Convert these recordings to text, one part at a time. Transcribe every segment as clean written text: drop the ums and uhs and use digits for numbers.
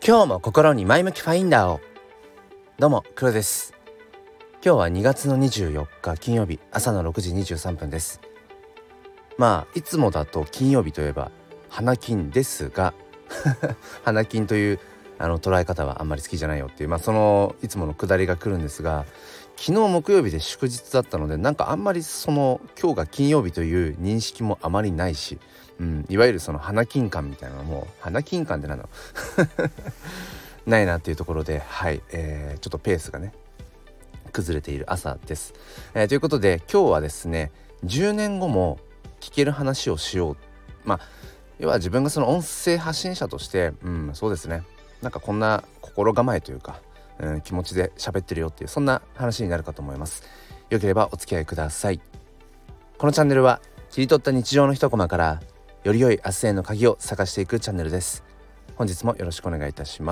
今日も心に前向きファインダーを。どうも黒です。今日は2月の24日金曜日朝の6時23分です。いつもだと金曜日といえば花金ですが花金という捉え方はあんまり好きじゃないよっていう、そのいつものくだりが来るんですが、昨日木曜日で祝日だったので、なんかあんまり今日が金曜日という認識もあまりないし、いわゆるその花金感みたいなのも、花金感ってなんだろうないなっていうところで、ちょっとペースがね崩れている朝です。ということで今日はですね、10年後も聞ける話をしよう。要は自分がその音声発信者として、そうですね、なんかこんな心構えというか、気持ちで喋ってるよっていう、そんな話になるかと思います。よければお付き合いください。このチャンネルは切り取った日常の一コマからより良い明日への鍵を探していくチャンネルです。本日もよろしくお願いいたします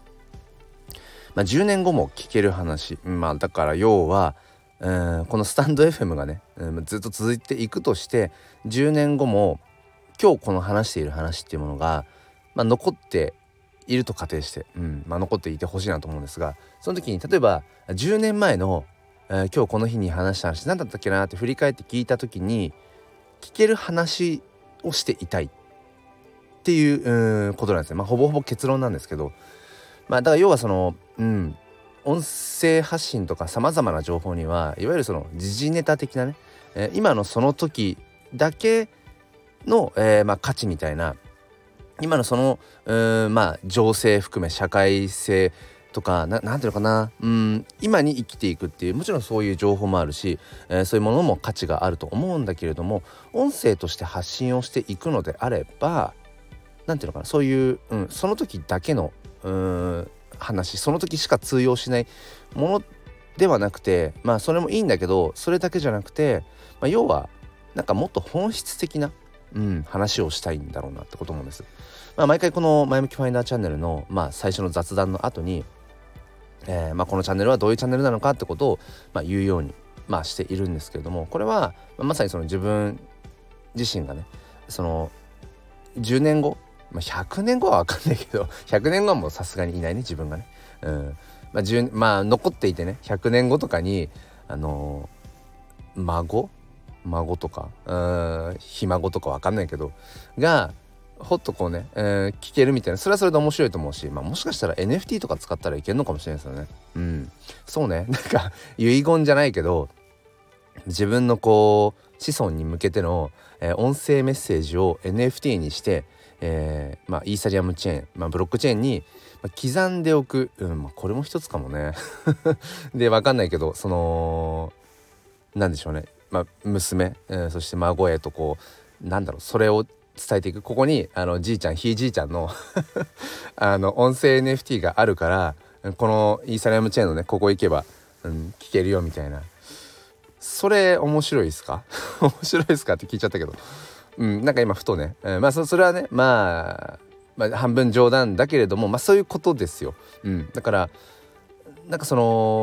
。10年後も聞ける話、だから要はこのスタンド FM がね、ずっと続いていくとして、10年後も今日この話している話っていうものが、残っていると仮定して、残っていてほしいなと思うんですが、その時に例えば10年前の、今日この日に話した話何だったっけなって振り返って聞いた時に聞ける話をしていたいっていうことなんですね。ほぼほぼ結論なんですけど、だから要は音声発信とかさまざまな情報には、いわゆるその時事ネタ的なね、今のその時だけの、価値みたいな、今のその情勢含め社会性とかなんていうのかな、今に生きていくっていう、もちろんそういう情報もあるし、そういうものも価値があると思うんだけれども、音声として発信をしていくのであれば、なんていうのかな、そういう、その時だけの話、その時しか通用しないものではなくて、それもいいんだけど、それだけじゃなくて、要はなんかもっと本質的な話をしたいんだろうなってこと思うんです。毎回この前向きファインダーチャンネルの、最初の雑談の後に、このチャンネルはどういうチャンネルなのかってことを、言うように、しているんですけれども、これは、まさにその自分自身がね、その10年後、100年後は分かんないけど100年後はもうさすがにいないね、自分がね。残っていてね、100年後とかに孫とかひ孫とか分かんないけどがほっとこうね、聞けるみたいな、それはそれで面白いと思うし、もしかしたら NFT とか使ったらいけるのかもしれないですよね。そうね、なんか遺言じゃないけど、自分の子孫に向けての、音声メッセージを NFT にして、イーサリアムチェーン、ブロックチェーンに刻んでおく、これも一つかもねで、分かんないけど、なんでしょうね、娘、そして孫へとそれを伝えていく。ここにじいちゃんひいじいちゃんの音声 NFT があるから、このイーサリアムチェーンのね、ここ行けば、聞けるよみたいな。それ面白いですか面白いですかって聞いちゃったけど、なんか今ふとね、それはね、半分冗談だけれども、そういうことですよ。だからなんか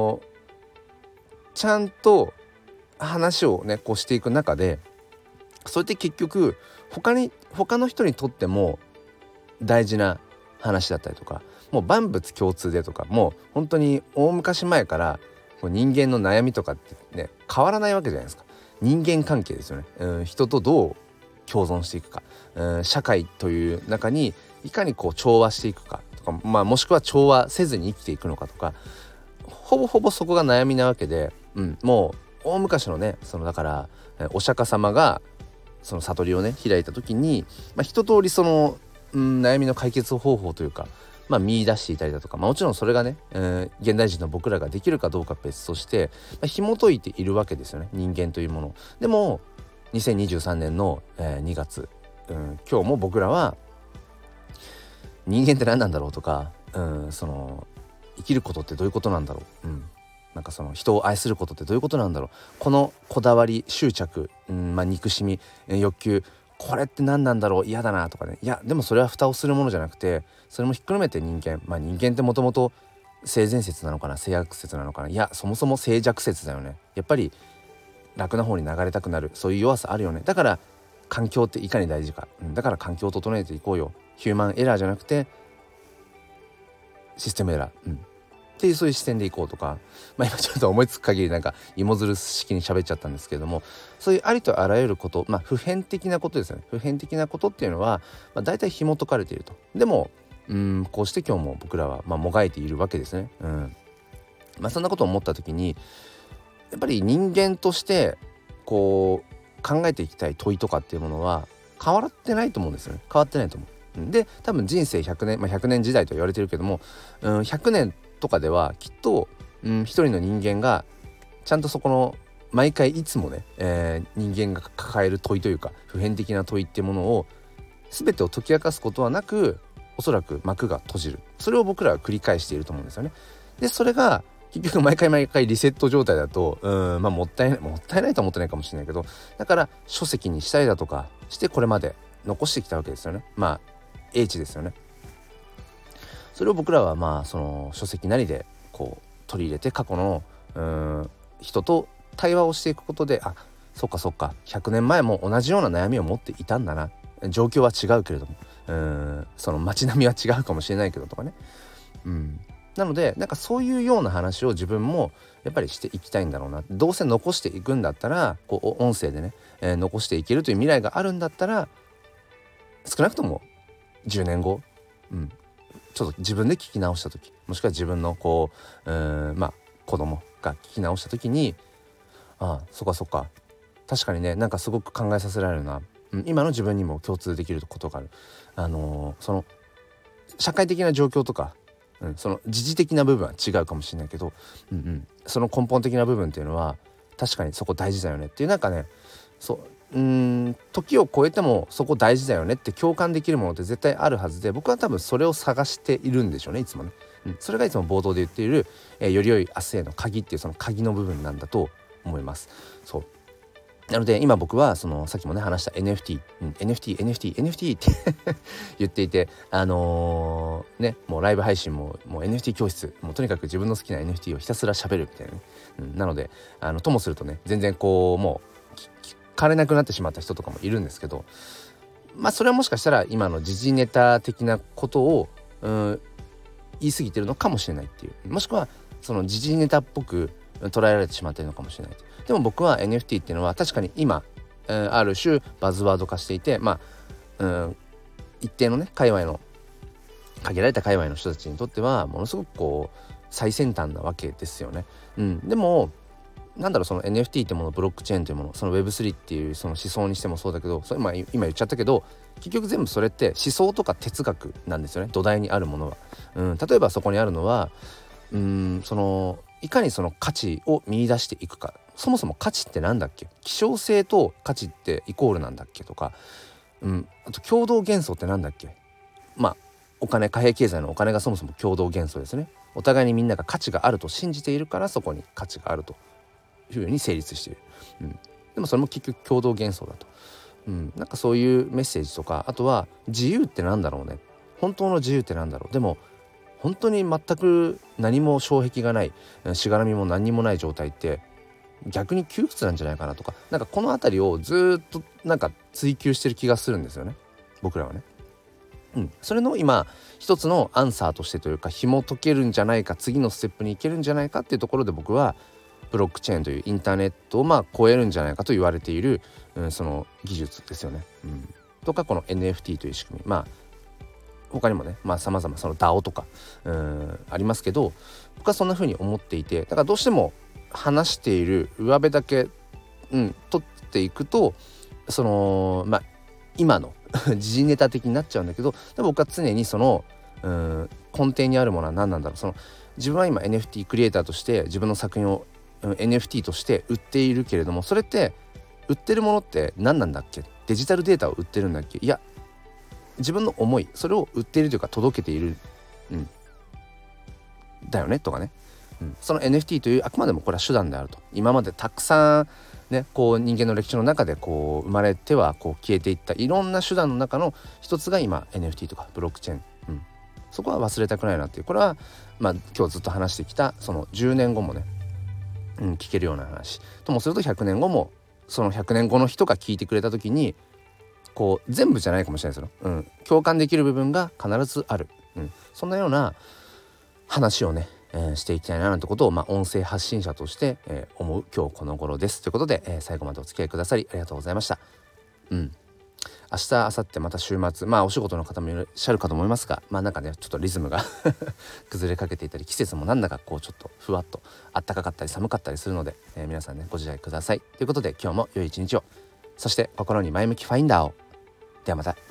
ちゃんと話をねしていく中で、それって結局他の人にとっても大事な話だったりとか、もう万物共通でとか、もう本当に大昔前から人間の悩みとかってね変わらないわけじゃないですか。人間関係ですよね。人とどう共存していくか、社会という中にいかに調和していくかとか、もしくは調和せずに生きていくのかとか、ほぼほぼそこが悩みなわけで、もう大昔のね、だからお釈迦様がその悟りをね開いた時に、一通り悩みの解決方法というか、見出していたりだとか、もちろんそれがね、現代人の僕らができるかどうか別として、紐解いているわけですよね、人間というもの。でも2023年の、2月、今日も僕らは人間って何なんだろうとか、生きることってどういうことなんだろう、なんか人を愛することってどういうことなんだろう、このこだわり執着、憎しみ、欲求、これって何なんだろう、嫌だなとかね。いやでもそれは蓋をするものじゃなくて、それもひっくるめて人間、人間ってもともと性善説なのかな、性悪説なのかな、いやそもそも性弱説だよね。やっぱり楽な方に流れたくなる、そういう弱さあるよね。だから環境っていかに大事か、だから環境を整えていこうよ。ヒューマンエラーじゃなくてシステムエラー、っていうそういう視点でいこうとか、今ちょっと思いつく限りなんか芋づる式に喋っちゃったんですけれども、そういうありとあらゆること、普遍的なことですよね。普遍的なことっていうのは、大体紐解かれていると。でもこうして今日も僕らはもがいているわけですね。そんなことを思った時に、やっぱり人間としてこう考えていきたい問いとかっていうものは変わってないと思うんですよね。変わってないと思う。で多分人生100年、100年時代と言われてるけども、100年とかではきっと、一人の人間がちゃんとそこの毎回いつもね、人間が抱える問いというか普遍的な問いっていうものを全てを解き明かすことはなく、おそらく幕が閉じる。それを僕らは繰り返していると思うんですよね。でそれが結局毎回リセット状態だともったいないとは思ってないかもしれないけど、だから書籍にしたりだとかしてこれまで残してきたわけですよね。英知ですよね。それを僕らはその書籍なりでこう取り入れて過去の人と対話をしていくことで、そっか100年前も同じような悩みを持っていたんだな、状況は違うけれどもその街並みは違うかもしれないけどとかね、なのでなんかそういうような話を自分もやっぱりしていきたいんだろうな。どうせ残していくんだったらこう音声でね、残していけるという未来があるんだったら、少なくとも10年後、ちょっと自分で聞き直した時、もしくは自分の子供が聞き直した時に、そっか確かにね、なんかすごく考えさせられるな、今の自分にも共通できることがある。その社会的な状況とか、その時事的な部分は違うかもしれないけど、その根本的な部分っていうのは確かにそこ大事だよねっていう、なんかね、時を超えてもそこ大事だよねって共感できるものって絶対あるはずで、僕は多分それを探しているんでしょうね、いつもね。それがいつも冒頭で言っている、より良い明日への鍵っていうその鍵の部分なんだと思います。なので今僕はそのさっきもね話した NFT って言っていて、もうライブ配信もう NFT 教室、もうとにかく自分の好きな NFT をひたすら喋るみたいなね、なのでともするとね、全然こうもう聞かれなくなってしまった人とかもいるんですけど、それはもしかしたら今の時事ネタ的なことを言い過ぎてるのかもしれないっていう、もしくはその時事ネタっぽく捉えられてしまっているのかもしれない。でも僕は NFT っていうのは確かに今、ある種バズワード化していて、一定のね界隈の限られた界隈の人たちにとってはものすごくこう最先端なわけですよね。でもその NFT ってもの、ブロックチェーンというもの、その Web3 っていうその思想にしてもそうだけど、今言っちゃったけど、結局全部それって思想とか哲学なんですよね、土台にあるものは。例えばそこにあるのはいかにその価値を見出していくか。そもそも価値ってなんだっけ、希少性と価値ってイコールなんだっけとか、あと共同元素ってなんだっけ。お金、貨幣経済のお金がそもそも共同元素ですね。お互いにみんなが価値があると信じているから、そこに価値があるというふうに成立している。でもそれも結局共同元素だと。なんかそういうメッセージとか、あとは自由ってなんだろうね、本当の自由ってなんだろう、でも本当に全く何も障壁がない、しがらみも何にもない状態って逆に窮屈なんじゃないかなとか、なんかこのあたりをずっとなんか追求してる気がするんですよね、僕らはね。それの今一つのアンサーとしてというか、紐解けるんじゃないか、次のステップに行けるんじゃないかっていうところで、僕はブロックチェーンというインターネットを超えるんじゃないかと言われている、その技術ですよね。とかこの NFT という仕組み、他にもね様々その DAO とかありますけど、僕はそんな風に思っていて、だからどうしても話している上辺だけ取っていくと、その今の時事ネタ的になっちゃうんだけど、でも僕は常にその根底にあるものは何なんだろう。その自分は今 NFT クリエイターとして自分の作品を、NFT として売っているけれども、それって売ってるものって何なんだっけ、デジタルデータを売ってるんだっけ、いや自分の思い、それを売っているというか届けている、だよねとかね、その NFT というあくまでもこれは手段であると。今までたくさんね、こう人間の歴史の中でこう生まれてはこう消えていったいろんな手段の中の一つが今 NFT とかブロックチェーン、そこは忘れたくないなっていう。これは今日ずっと話してきたその10年後もね、聞けるような話ともすると、100年後もその100年後の人が聞いてくれた時にこう全部じゃないかもしれないですよ、共感できる部分が必ずある、そんなような話をね、していきたいななんてことを、音声発信者として、思う今日この頃ですということで、最後までお付き合いくださりありがとうございました。明日明後日また週末、お仕事の方もいらっしゃるかと思いますが、なんかねちょっとリズムが崩れかけていたり、季節もなんだかこうちょっとふわっと暖かかったり寒かったりするので、皆さんねご自愛くださいということで、今日も良い一日を、そして心に前向きファインダーを。ではまた。